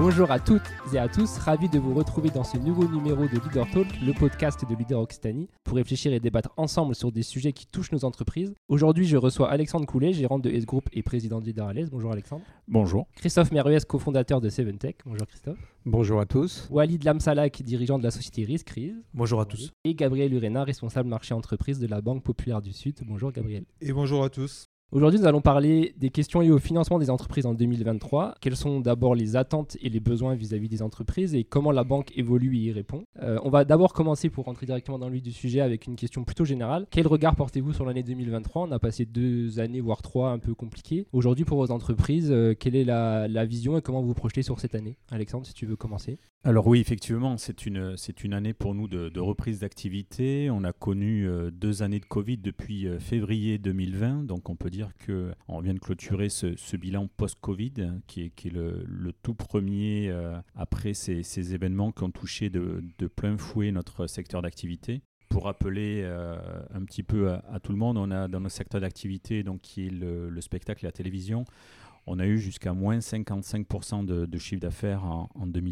Bonjour à toutes et à tous, ravi de vous retrouver dans ce nouveau numéro de Leader Talk, le podcast de Leader Occitanie, pour réfléchir et débattre ensemble sur des sujets qui touchent nos entreprises. Aujourd'hui, je reçois Alexandre Coulet, gérant de S Group et président de Leader à l'Aise. Bonjour Alexandre. Bonjour. Christophe Meruès, cofondateur de Seventech. Bonjour Christophe. Bonjour à tous. Walid Lamsalak, dirigeant de la société Riskrise. Bonjour à tous. Et Gabriel Urena, responsable marché entreprise de la Banque Populaire du Sud. Bonjour Gabriel. Et bonjour à tous. Aujourd'hui, nous allons parler des questions liées au financement des entreprises en 2023. Quelles sont d'abord les attentes et les besoins vis-à-vis des entreprises et comment la banque évolue et y répond. On va d'abord commencer pour rentrer directement dans le vif du sujet avec une question plutôt générale. Quel regard portez-vous sur l'année 2023 ? On a passé 2 années, voire 3, un peu compliquées. Aujourd'hui, pour vos entreprises, quelle est la vision et comment vous projetez sur cette année ? Alexandre, si tu veux commencer. Alors oui, effectivement, c'est une année pour nous de reprise d'activité. On a connu 2 années de Covid depuis février 2020, donc on peut dire qu'on vient de clôturer ce bilan post-Covid qui est le tout premier après ces événements qui ont touché de plein fouet notre secteur d'activité. Pour rappeler un petit peu à tout le monde, on a dans notre secteur d'activité donc, qui est le spectacle et la télévision. On a eu jusqu'à moins 55% de chiffre d'affaires en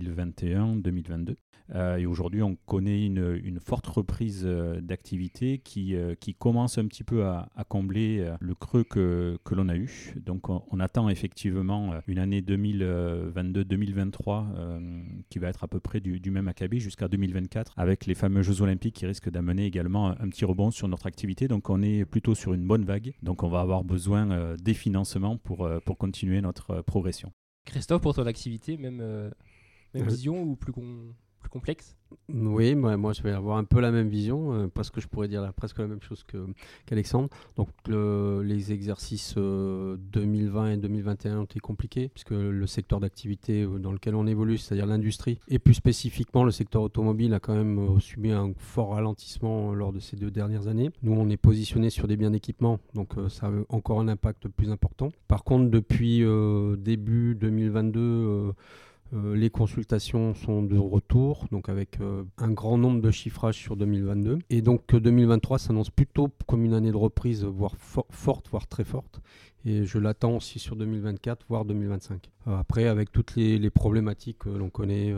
2021-2022. Et aujourd'hui, on connaît une forte reprise d'activité qui commence un petit peu à combler le creux que l'on a eu. Donc, on attend effectivement une année 2022-2023 qui va être à peu près du même acabit jusqu'à 2024 avec les fameux Jeux Olympiques qui risquent d'amener également un petit rebond sur notre activité. Donc, on est plutôt sur une bonne vague. Donc, on va avoir besoin des financements pour continuer notre progression. Christophe, pour ton activité, même vision ou plus complexe ? Oui, moi je vais avoir un peu la même vision parce que je pourrais dire presque la même chose qu'Alexandre. Donc les exercices 2020 et 2021 ont été compliqués puisque le secteur d'activité dans lequel on évolue, c'est-à-dire l'industrie et plus spécifiquement le secteur automobile a quand même subi un fort ralentissement lors de ces 2 dernières années. Nous on est positionné sur des biens d'équipement, donc ça a encore un impact plus important. Par contre depuis début 2022, les consultations sont de retour, donc avec un grand nombre de chiffrages sur 2022. Et donc 2023 s'annonce plutôt comme une année de reprise, voire forte, voire très forte. Et je l'attends aussi sur 2024, voire 2025. Après, avec toutes les problématiques que l'on connaît,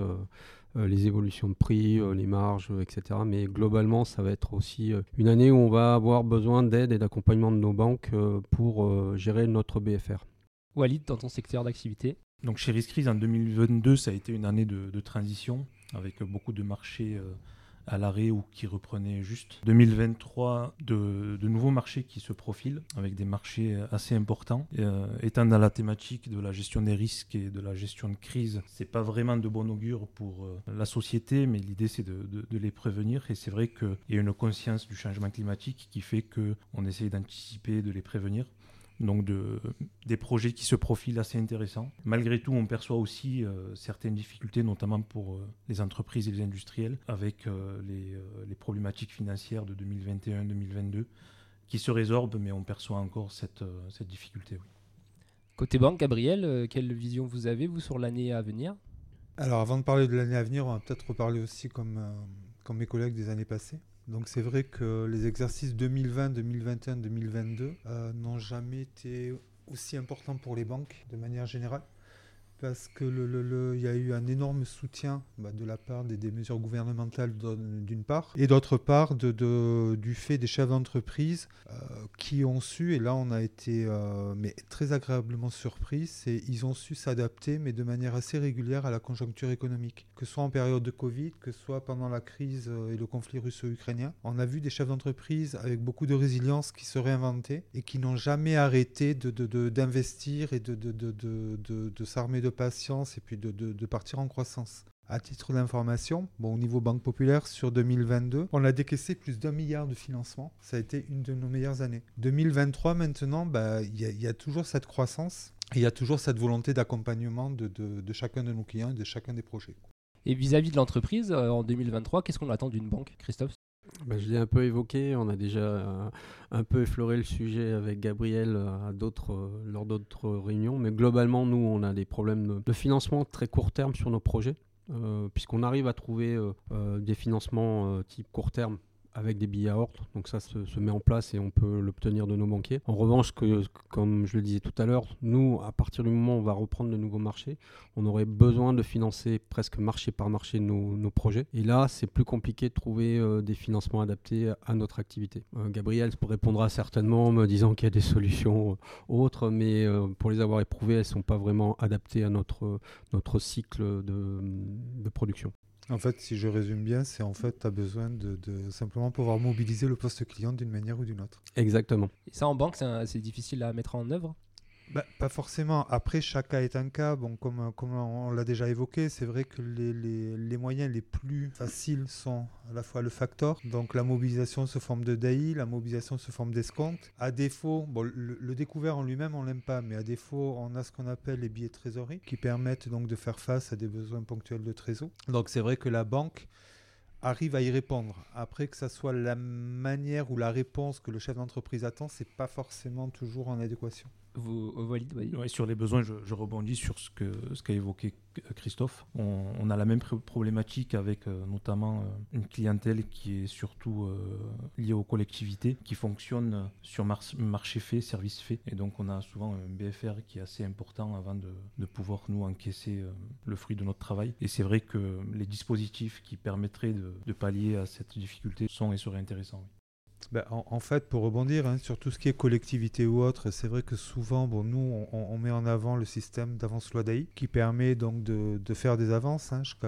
les évolutions de prix, les marges, etc. Mais globalement, ça va être aussi une année où on va avoir besoin d'aide et d'accompagnement de nos banques pour gérer notre BFR. Walid, dans ton secteur d'activité ? Donc chez Riskrise, en 2022, ça a été une année de transition avec beaucoup de marchés à l'arrêt ou qui reprenaient juste. 2023, de nouveaux marchés qui se profilent avec des marchés assez importants. Étant dans la thématique de la gestion des risques et de la gestion de crise, c'est pas vraiment de bon augure pour la société, mais l'idée c'est de les prévenir. Et c'est vrai qu'il y a une conscience du changement climatique qui fait qu'on essaye d'anticiper, de les prévenir. Donc des projets qui se profilent assez intéressants. Malgré tout, on perçoit aussi certaines difficultés, notamment pour les entreprises et les industriels, avec les problématiques financières de 2021-2022 qui se résorbent, mais on perçoit encore cette difficulté. Oui. Côté banque, Gabriel, quelle vision vous avez, vous, sur l'année à venir ? Alors avant de parler de l'année à venir, on va peut-être reparler aussi comme mes collègues des années passées. Donc c'est vrai que les exercices 2020, 2021, 2022 n'ont jamais été aussi importants pour les banques de manière générale parce que y a eu un énorme soutien de la part des mesures gouvernementales d'une part et d'autre part du fait des chefs d'entreprise qui ont su, et là on a été mais très agréablement surpris, ils ont su s'adapter mais de manière assez régulière à la conjoncture économique, que ce soit en période de Covid, que ce soit pendant la crise et le conflit russo-ukrainien. On a vu des chefs d'entreprise avec beaucoup de résilience qui se réinventaient et qui n'ont jamais arrêté d'investir et de s'armer de patience et puis de partir en croissance. À titre d'information, au niveau Banque Populaire, sur 2022, on a décaissé plus d'1 milliard de financement. Ça a été une de nos meilleures années. 2023, maintenant, y a toujours cette croissance et il y a toujours cette volonté d'accompagnement de chacun de nos clients et de chacun des projets. Et vis-à-vis de l'entreprise, en 2023, qu'est-ce qu'on attend d'une banque, Christophe ? Je l'ai un peu évoqué, on a déjà un peu effleuré le sujet avec Gabriel lors d'autres réunions, mais globalement, nous, on a des problèmes de financement très court terme sur nos projets, puisqu'on arrive à trouver des financements type court terme avec des billets à ordre. Donc ça se met en place et on peut l'obtenir de nos banquiers. En revanche, comme je le disais tout à l'heure, nous, à partir du moment où on va reprendre de nouveaux marchés, on aurait besoin de financer presque marché par marché nos projets. Et là, c'est plus compliqué de trouver des financements adaptés à notre activité. Gabriel répondra certainement en me disant qu'il y a des solutions autres, mais pour les avoir éprouvées, elles ne sont pas vraiment adaptées à notre cycle de production. En fait, si je résume bien, c'est en fait, tu as besoin de simplement pouvoir mobiliser le poste client d'une manière ou d'une autre. Exactement. Et ça, en banque, c'est difficile à mettre en œuvre? Pas forcément. Après, chaque cas est un cas. Bon, comme on l'a déjà évoqué, c'est vrai que les moyens les plus faciles sont à la fois le factor, donc la mobilisation sous forme de DAI, la mobilisation sous forme d'escompte. À défaut, bon, le découvert en lui-même, on l'aime pas, mais à défaut, on a ce qu'on appelle les billets de trésorerie qui permettent donc de faire face à des besoins ponctuels de trésor. Donc c'est vrai que la banque arrive à y répondre. Après, que ça soit la manière ou la réponse que le chef d'entreprise attend, c'est pas forcément toujours en adéquation. Walid, oui. Ouais, sur les besoins, je rebondis sur ce qu'a évoqué Christophe. On a la même problématique avec notamment une clientèle qui est surtout liée aux collectivités, qui fonctionne sur marché fait, service fait. Et donc on a souvent un BFR qui est assez important avant de pouvoir nous encaisser le fruit de notre travail. Et c'est vrai que les dispositifs qui permettraient de pallier à cette difficulté sont et seraient intéressants. Oui. En fait, pour rebondir sur tout ce qui est collectivité ou autre, c'est vrai que souvent, nous, on met en avant le système d'avance loi DAI qui permet donc de faire des avances jusqu'à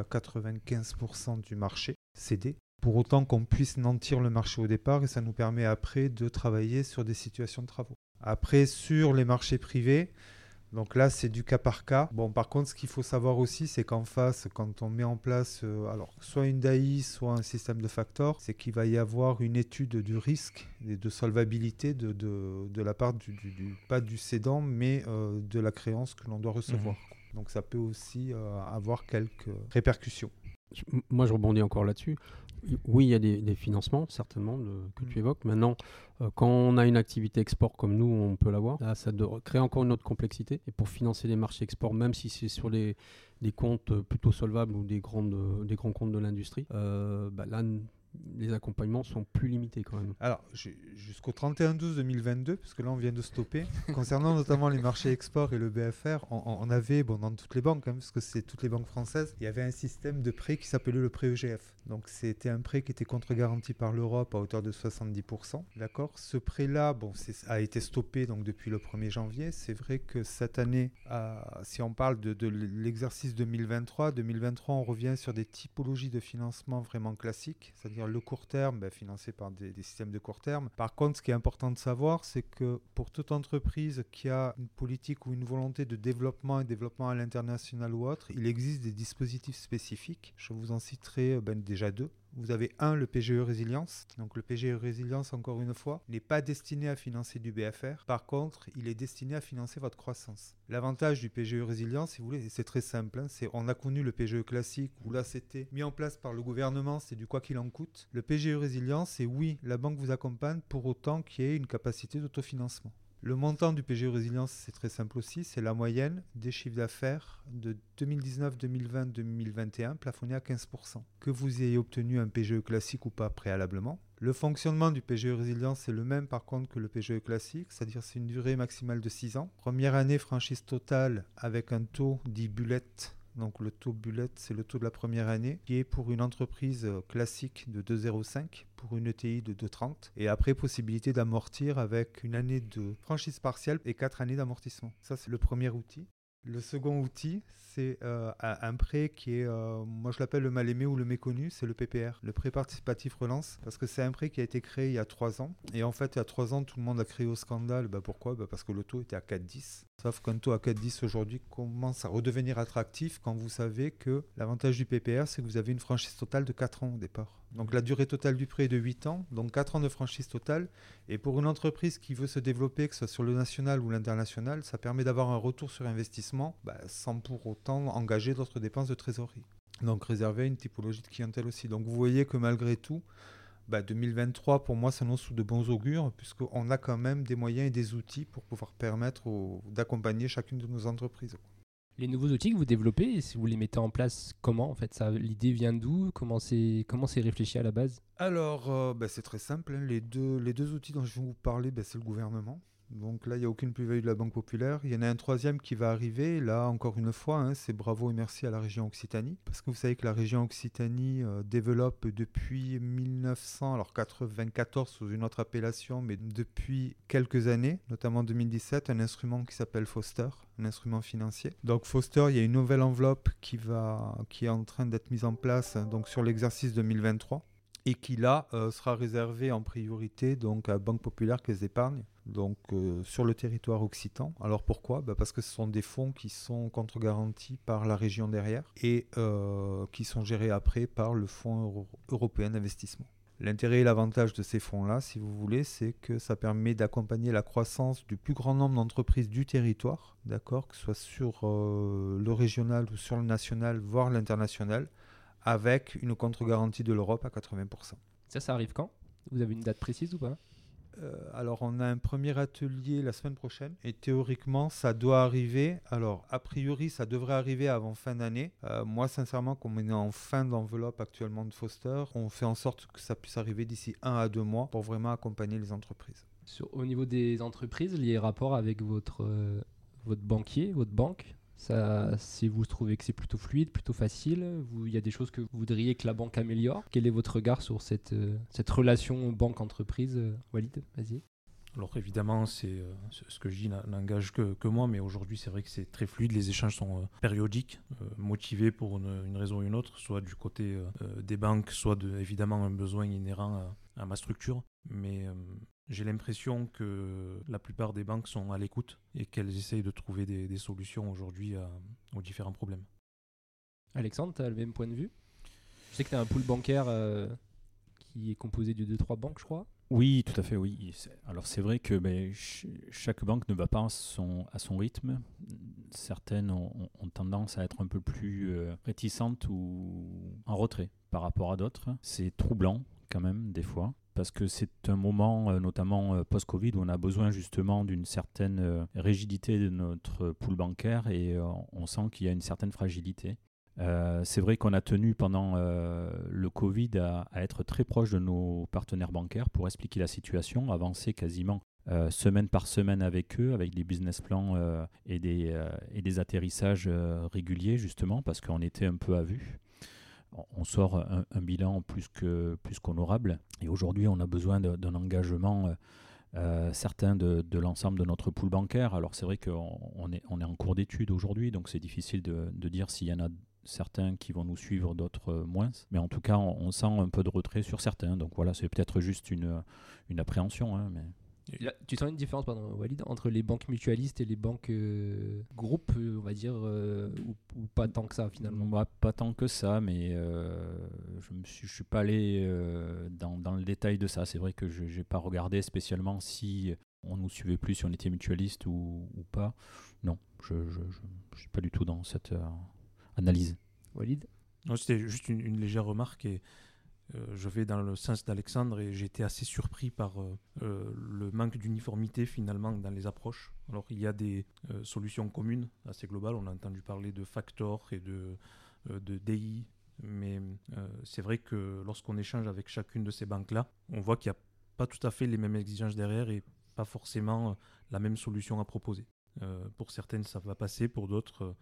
95% du marché cédé. Pour autant qu'on puisse nantir le marché au départ et ça nous permet après de travailler sur des situations de travaux. Après, sur les marchés privés, donc là, c'est du cas par cas. Bon, par contre, ce qu'il faut savoir aussi, c'est qu'en face, quand on met en place soit une DAI, soit un système de factor, c'est qu'il va y avoir une étude du risque et de solvabilité de la part pas du cédant, mais de la créance que l'on doit recevoir. Donc ça peut aussi avoir quelques répercussions. Moi, je rebondis encore là-dessus. Oui, il y a des financements, certainement, que tu évoques. Maintenant, quand on a une activité export comme nous, on peut l'avoir. Là, ça crée encore une autre complexité. Et pour financer les marchés export, même si c'est sur des comptes plutôt solvables ou des grands comptes de l'industrie, là, les accompagnements sont plus limités quand même. Alors, jusqu'au 31/12/2022, parce que là on vient de stopper, concernant notamment les marchés export et le BFR, on avait, dans toutes les banques, parce que c'est toutes les banques françaises, il y avait un système de prêt qui s'appelait le prêt EGF. Donc c'était un prêt qui était contre-garanti par l'Europe à hauteur de 70%. D'accord ? Ce prêt-là, a été stoppé donc, depuis le 1er janvier. C'est vrai que cette année, si on parle de l'exercice 2023, on revient sur des typologies de financement vraiment classiques, c'est-à-dire le court terme, financé par des systèmes de court terme. Par contre, ce qui est important de savoir, c'est que pour toute entreprise qui a une politique ou une volonté de développement et développement à l'international ou autre, il existe des dispositifs spécifiques. Je vous en citerai déjà deux. Vous avez le PGE Résilience. Donc le PGE Résilience, encore une fois, n'est pas destiné à financer du BFR. Par contre, il est destiné à financer votre croissance. L'avantage du PGE Résilience, si vous voulez, c'est très simple. On a connu le PGE classique où là, c'était mis en place par le gouvernement, c'est du quoi qu'il en coûte. Le PGE Résilience, c'est oui, la banque vous accompagne pour autant qu'il y ait une capacité d'autofinancement. Le montant du PGE Résilience, c'est très simple aussi, c'est la moyenne des chiffres d'affaires de 2019, 2020, 2021 plafonnés à 15%. Que vous ayez obtenu un PGE classique ou pas préalablement. Le fonctionnement du PGE Résilience, c'est le même par contre que le PGE classique, c'est-à-dire c'est une durée maximale de 6 ans. Première année, franchise totale avec un taux dit bullet. Donc le taux bullet, c'est le taux de la première année, qui est pour une entreprise classique de 2,05, pour une ETI de 2,30. Et après, possibilité d'amortir avec une année de franchise partielle et 4 années d'amortissement. Ça, c'est le premier outil. Le second outil, c'est un prêt qui est, moi je l'appelle le mal aimé ou le méconnu, c'est le PPR, le prêt participatif relance, parce que c'est un prêt qui a été créé il y a 3 ans. Et en fait, il y a 3 ans, tout le monde a crié au scandale. Pourquoi ? Parce que le taux était à 4,10. Sauf qu'un taux à 4,10 aujourd'hui commence à redevenir attractif quand vous savez que l'avantage du PPR, c'est que vous avez une franchise totale de 4 ans au départ. Donc la durée totale du prêt est de 8 ans, donc 4 ans de franchise totale. Et pour une entreprise qui veut se développer, que ce soit sur le national ou l'international, ça permet d'avoir un retour sur investissement sans pour autant engager d'autres dépenses de trésorerie. Donc réservé à une typologie de clientèle aussi. Donc vous voyez que malgré tout, 2023 pour moi s'annonce sous de bons augures puisqu'on a quand même des moyens et des outils pour pouvoir permettre d'accompagner chacune de nos entreprises. Les nouveaux outils que vous développez, si vous les mettez en place, comment en fait ça, l'idée vient d'où? Comment c'est réfléchi à la base? Alors, c'est très simple, hein. Les deux outils dont je vais vous parler, c'est le gouvernement. Donc là, il n'y a aucune plus-value de la Banque Populaire. Il y en a un troisième qui va arriver. Là, encore une fois, hein, c'est bravo et merci à la région Occitanie. Parce que vous savez que la région Occitanie développe depuis 1994 sous une autre appellation, mais depuis quelques années, notamment en 2017, un instrument qui s'appelle Foster, un instrument financier. Donc Foster, il y a une nouvelle enveloppe qui est en train d'être mise en place donc, sur l'exercice 2023 et qui là sera réservée en priorité donc, à Banque Populaire Caisse d'Épargne. Donc sur le territoire occitan. Alors pourquoi? Parce que ce sont des fonds qui sont contre-garantis par la région derrière et qui sont gérés après par le Fonds européen d'investissement. L'intérêt et l'avantage de ces fonds-là, si vous voulez, c'est que ça permet d'accompagner la croissance du plus grand nombre d'entreprises du territoire, d'accord, que ce soit sur le régional ou sur le national, voire l'international, avec une contre-garantie de l'Europe à 80%. Ça arrive quand? Vous avez une date précise ou pas? Alors, on a un premier atelier la semaine prochaine et théoriquement, ça doit arriver. Alors, a priori, ça devrait arriver avant fin d'année. Moi, sincèrement, comme on est en fin d'enveloppe actuellement de Foster, on fait en sorte que ça puisse arriver d'ici 1 à 2 mois pour vraiment accompagner les entreprises. Au niveau des entreprises, les rapports avec votre banquier, votre banque, ça, si vous trouvez que c'est plutôt fluide, plutôt facile, il y a des choses que vous voudriez que la banque améliore. Quel est votre regard sur cette relation banque-entreprise? Walid, vas-y. Alors évidemment, ce que je dis n'engage que moi, mais aujourd'hui c'est vrai que c'est très fluide, les échanges sont périodiques, motivés pour une raison ou une autre, soit du côté des banques, soit évidemment un besoin inhérent à ma structure. Mais j'ai l'impression que la plupart des banques sont à l'écoute et qu'elles essayent de trouver des solutions aujourd'hui aux différents problèmes. Alexandre, tu as le même point de vue? Je sais que tu as un pool bancaire qui est composé de 2-3 banques, je crois. Oui, tout à fait, oui. Alors c'est vrai que chaque banque ne va pas à son rythme. Certaines ont tendance à être un peu plus réticentes ou en retrait par rapport à d'autres. C'est troublant quand même des fois, parce que c'est un moment, notamment post-Covid, où on a besoin justement d'une certaine rigidité de notre pool bancaire et on sent qu'il y a une certaine fragilité. C'est vrai qu'on a tenu pendant le Covid à être très proche de nos partenaires bancaires pour expliquer la situation, avancer quasiment semaine par semaine avec eux, avec des business plans et des atterrissages réguliers justement, parce qu'on était un peu à vue. On sort un bilan plus qu'honorable et aujourd'hui on a besoin d'un engagement certain de l'ensemble de notre pool bancaire. Alors c'est vrai qu'on est en cours d'étude aujourd'hui, donc c'est difficile de dire s'il y en a certains qui vont nous suivre, d'autres moins. Mais en tout cas, on sent un peu de retrait sur certains. Donc voilà, c'est peut-être juste une appréhension. Hein, mais... Tu sens une différence, pardon, Walid, entre les banques mutualistes et les banques groupes, on va dire, ou pas tant que ça finalement? Moi, pas tant que ça, mais je ne suis pas allé dans le détail de ça. C'est vrai que je n'ai pas regardé spécialement si on nous suivait plus, si on était mutualiste ou pas. Non, je ne suis pas du tout dans cette analyse. Walid? Non, c'était juste une légère remarque et je vais dans le sens d'Alexandre et j'ai été assez surpris par le manque d'uniformité finalement dans les approches. Alors il y a des solutions communes assez globales, on a entendu parler de Factor et de DI, mais c'est vrai que lorsqu'on échange avec chacune de ces banques-là, on voit qu'il n'y a pas tout à fait les mêmes exigences derrière et pas forcément la même solution à proposer. Pour certaines ça va passer, pour d'autres...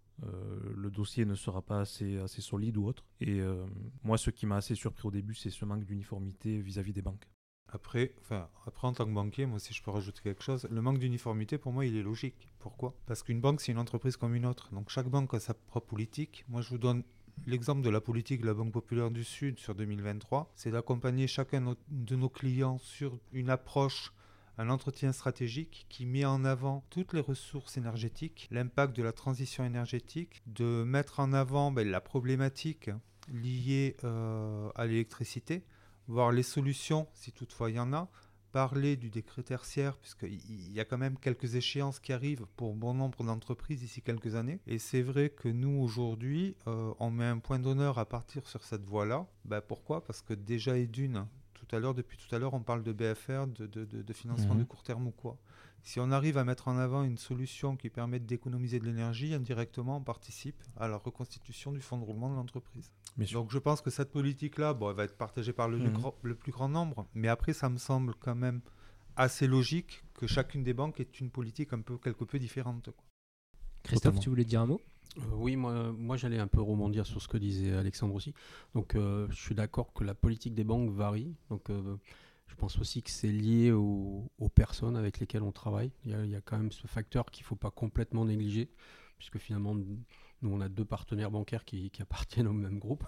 le dossier ne sera pas assez solide ou autre. Et moi, ce qui m'a assez surpris au début, c'est ce manque d'uniformité vis-à-vis des banques. Après, en tant que banquier, moi si je peux rajouter quelque chose, le manque d'uniformité, pour moi, il est logique. Pourquoi? Parce qu'une banque, c'est une entreprise comme une autre. Donc chaque banque a sa propre politique. Moi, je vous donne l'exemple de la politique de la Banque Populaire du Sud sur 2023. C'est d'accompagner chacun de nos clients sur une approche, un entretien stratégique qui met en avant toutes les ressources énergétiques, l'impact de la transition énergétique, de mettre en avant la problématique liée à l'électricité, voir les solutions si toutefois il y en a, parler du décret tertiaire puisqu'il y a quand même quelques échéances qui arrivent pour bon nombre d'entreprises d'ici quelques années. Et c'est vrai que nous aujourd'hui, on met un point d'honneur à partir sur cette voie-là. Pourquoi? Parce que déjà et d'une, tout tout à l'heure, depuis tout à l'heure, on parle de BFR, de financement de court terme ou quoi. Si on arrive à mettre en avant une solution qui permet d'économiser de l'énergie, indirectement, on participe à la reconstitution du fonds de roulement de l'entreprise. Donc je pense que cette politique-là, bon, elle va être partagée par le plus grand nombre, mais après, ça me semble quand même assez logique que chacune des banques ait une politique quelque peu différente, quoi. Christophe, tu voulais dire un mot ? Oui, moi j'allais un peu rebondir sur ce que disait Alexandre aussi. Donc je suis d'accord que la politique des banques varie. Donc je pense aussi que c'est lié aux personnes avec lesquelles on travaille. Il y a quand même ce facteur qu'il ne faut pas complètement négliger, puisque finalement nous on a 2 partenaires bancaires qui appartiennent au même groupe.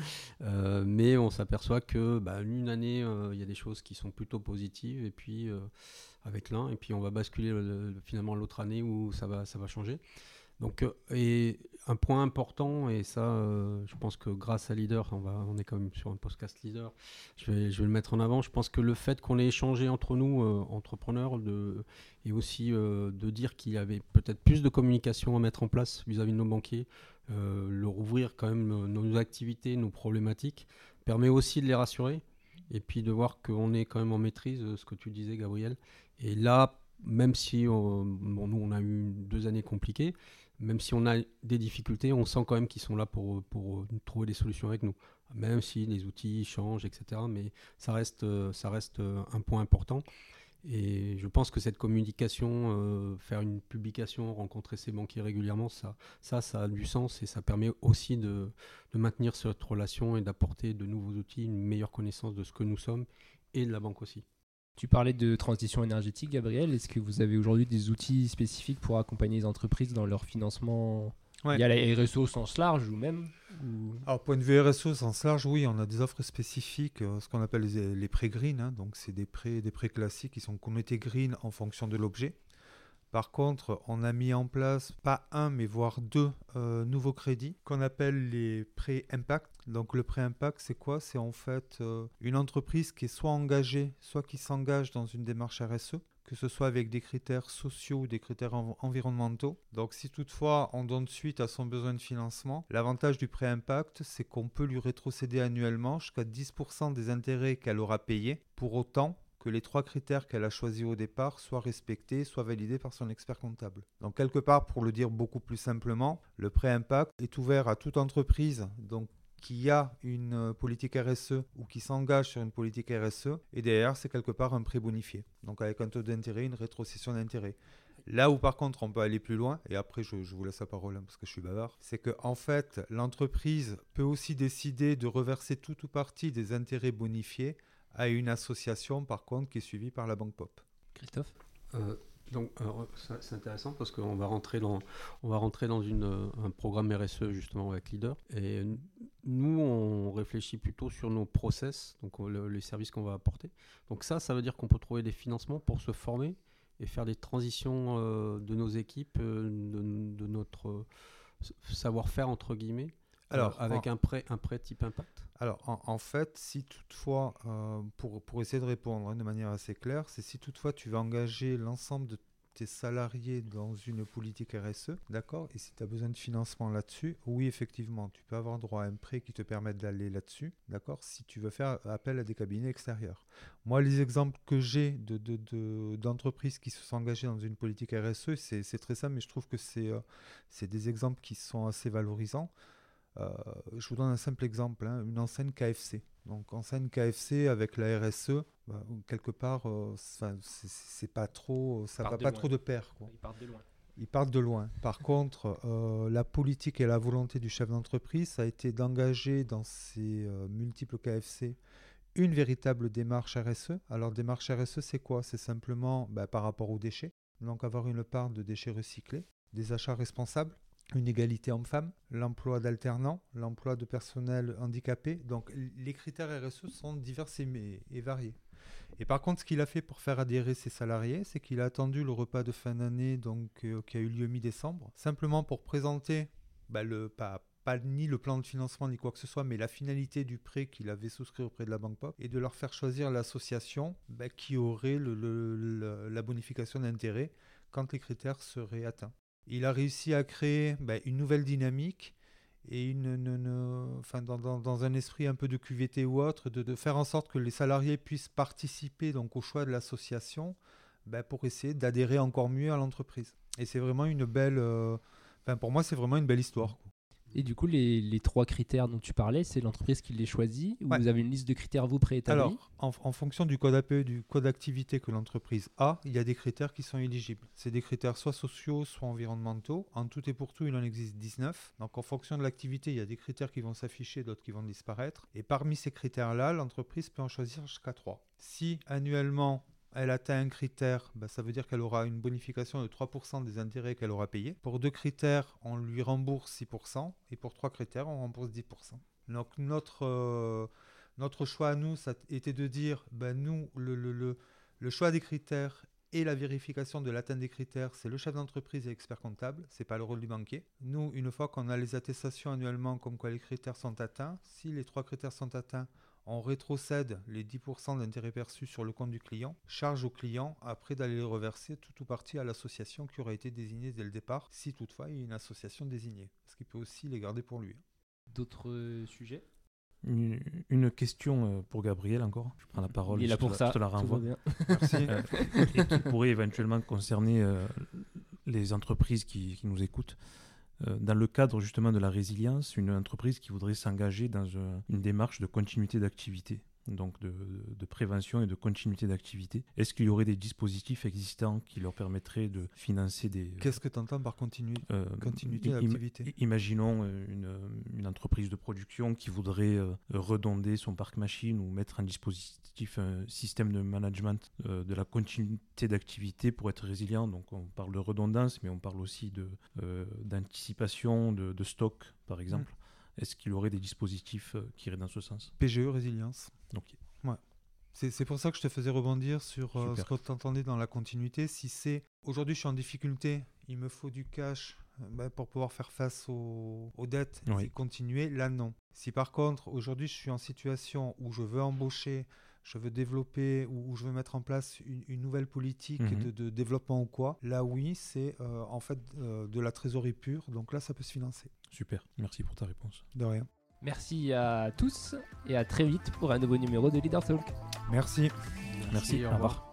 Mais on s'aperçoit que une année il y a des choses qui sont plutôt positives et puis avec l'un, et puis on va basculer finalement l'autre année où ça va changer. Donc, et un point important, et ça, je pense que grâce à Leader, on est quand même sur un podcast Leader, je vais le mettre en avant. Je pense que le fait qu'on ait échangé entre nous, entrepreneurs, et aussi de dire qu'il y avait peut-être plus de communication à mettre en place vis-à-vis de nos banquiers, leur ouvrir quand même nos activités, nos problématiques, permet aussi de les rassurer, et puis de voir qu'on est quand même en maîtrise, ce que tu disais, Gabriel. Et là, même si nous, on a eu 2 années compliquées, même si on a des difficultés, on sent quand même qu'ils sont là pour trouver des solutions avec nous. Même si les outils changent, etc. Mais ça reste un point important. Et je pense que cette communication, faire une publication, rencontrer ses banquiers régulièrement, ça a du sens, et ça permet aussi de maintenir cette relation et d'apporter de nouveaux outils, une meilleure connaissance de ce que nous sommes et de la banque aussi. Tu parlais de transition énergétique, Gabriel. Est-ce que vous avez aujourd'hui des outils spécifiques pour accompagner les entreprises dans leur financement lié à la RSE au sens large ou même Alors, point de vue RSE au sens large, oui, on a des offres spécifiques, ce qu'on appelle les prêts green. Donc, c'est des prêts classiques qui sont connotés green en fonction de l'objet. Par contre, on a mis en place pas un, mais voire 2 nouveaux crédits qu'on appelle les prêts impact. Donc le prêt impact, c'est quoi ? C'est en fait une entreprise qui est soit engagée, soit qui s'engage dans une démarche RSE, que ce soit avec des critères sociaux ou des critères environnementaux. Donc si toutefois on donne suite à son besoin de financement, l'avantage du prêt impact, c'est qu'on peut lui rétrocéder annuellement jusqu'à 10% des intérêts qu'elle aura payés, pour autant que les 3 critères qu'elle a choisis au départ soient respectés, soient validés par son expert comptable. Donc quelque part, pour le dire beaucoup plus simplement, le prêt impact est ouvert à toute entreprise qui a une politique RSE ou qui s'engage sur une politique RSE, et derrière, c'est quelque part un prêt bonifié. Donc avec un taux d'intérêt, une rétrocession d'intérêt. Là où par contre on peut aller plus loin, et après je vous laisse la parole parce que je suis bavard, c'est que en fait l'entreprise peut aussi décider de reverser tout ou partie des intérêts bonifiés à une association par contre qui est suivie par la Banque Pop. Christophe ? Donc c'est intéressant parce qu'on va rentrer dans un programme RSE justement avec Leader, et nous on réfléchit plutôt sur nos process, donc les services qu'on va apporter. Donc ça veut dire qu'on peut trouver des financements pour se former et faire des transitions de nos équipes, de notre savoir-faire entre guillemets. Alors, avec un prêt type impact. Alors, en fait, si toutefois, pour essayer de répondre de manière assez claire, c'est si toutefois tu vas engager l'ensemble de tes salariés dans une politique RSE, d'accord ? Et si tu as besoin de financement là-dessus, oui, effectivement, tu peux avoir droit à un prêt qui te permette d'aller là-dessus, d'accord ? Si tu veux faire appel à des cabinets extérieurs. Moi, les exemples que j'ai d'entreprises qui se sont engagées dans une politique RSE, c'est très simple, mais je trouve que c'est des exemples qui sont assez valorisants. Je vous donne un simple exemple, une enseigne KFC. Donc enseigne KFC avec la RSE, quelque part, c'est pas trop, ça va pas trop de pair, quoi. Ils partent de loin. Par contre, la politique et la volonté du chef d'entreprise, ça a été d'engager dans ces multiples KFC une véritable démarche RSE. Alors démarche RSE, c'est quoi ? C'est simplement par rapport aux déchets. Donc avoir une part de déchets recyclés, des achats responsables, une égalité homme-femme, l'emploi d'alternants, l'emploi de personnel handicapé. Donc les critères RSE sont divers et variés. Et par contre, ce qu'il a fait pour faire adhérer ses salariés, c'est qu'il a attendu le repas de fin d'année qui a eu lieu mi-décembre, simplement pour présenter pas ni le plan de financement ni quoi que ce soit, mais la finalité du prêt qu'il avait souscrit auprès de la Banque Pop, et de leur faire choisir l'association qui aurait la bonification d'intérêt quand les critères seraient atteints. Il a réussi à créer une nouvelle dynamique, et dans un esprit un peu de QVT ou autre, de faire en sorte que les salariés puissent participer donc, au choix de l'association pour essayer d'adhérer encore mieux à l'entreprise. Et c'est vraiment une belle... pour moi, c'est vraiment une belle histoire, quoi. Et du coup, les 3 critères dont tu parlais, c'est l'entreprise qui les choisit ou vous avez une liste de critères vous préétablis? Alors, en fonction du code APE, du code d'activité que l'entreprise a, il y a des critères qui sont éligibles. C'est des critères soit sociaux, soit environnementaux. En tout et pour tout, il en existe 19. Donc, en fonction de l'activité, il y a des critères qui vont s'afficher, d'autres qui vont disparaître. Et parmi ces critères-là, l'entreprise peut en choisir jusqu'à 3. Si annuellement, elle atteint un critère, ça veut dire qu'elle aura une bonification de 3% des intérêts qu'elle aura payés. Pour 2 critères, on lui rembourse 6%. Et pour 3 critères, on rembourse 10%. Donc notre choix à nous, ça était de dire, nous, le choix des critères et la vérification de l'atteinte des critères, c'est le chef d'entreprise et l'expert comptable, c'est pas le rôle du banquier. Nous, une fois qu'on a les attestations annuellement comme quoi les critères sont atteints, si les 3 critères sont atteints, on rétrocède les 10% d'intérêts perçus sur le compte du client, charge au client après d'aller les reverser tout ou partie à l'association qui aura été désignée dès le départ, si toutefois il y a une association désignée. Parce qu'il peut aussi les garder pour lui. D'autres sujets? Une question pour Gabriel encore. Je prends la parole. Il est là pour ça. Je te la renvoie. Merci. Et qui pourrait éventuellement concerner les entreprises qui nous écoutent. Dans le cadre justement de la résilience, une entreprise qui voudrait s'engager dans une démarche de continuité d'activité, donc de prévention et de continuité d'activité, est-ce qu'il y aurait des dispositifs existants qui leur permettraient de financer des... Qu'est-ce que tu entends par continuité d'activité? Imaginons une entreprise de production qui voudrait redonder son parc machine ou mettre en dispositif un système de management de la continuité d'activité pour être résilient. Donc on parle de redondance, mais on parle aussi d'anticipation de stock, par exemple. Est-ce qu'il y aurait des dispositifs qui iraient dans ce sens? PGE Résilience. Ok. Ouais. C'est pour ça que je te faisais rebondir sur ce que tu entendais dans la continuité. Si c'est aujourd'hui je suis en difficulté, il me faut du cash pour pouvoir faire face aux dettes et continuer, là non. Si par contre aujourd'hui je suis en situation où je veux embaucher, je veux développer ou je veux mettre en place une nouvelle politique de développement ou quoi, là oui c'est en fait de la trésorerie pure, donc là ça peut se financer. Super, merci pour ta réponse. De rien. Merci à tous et à très vite pour un nouveau numéro de Leader Talk. Merci. Merci, au revoir.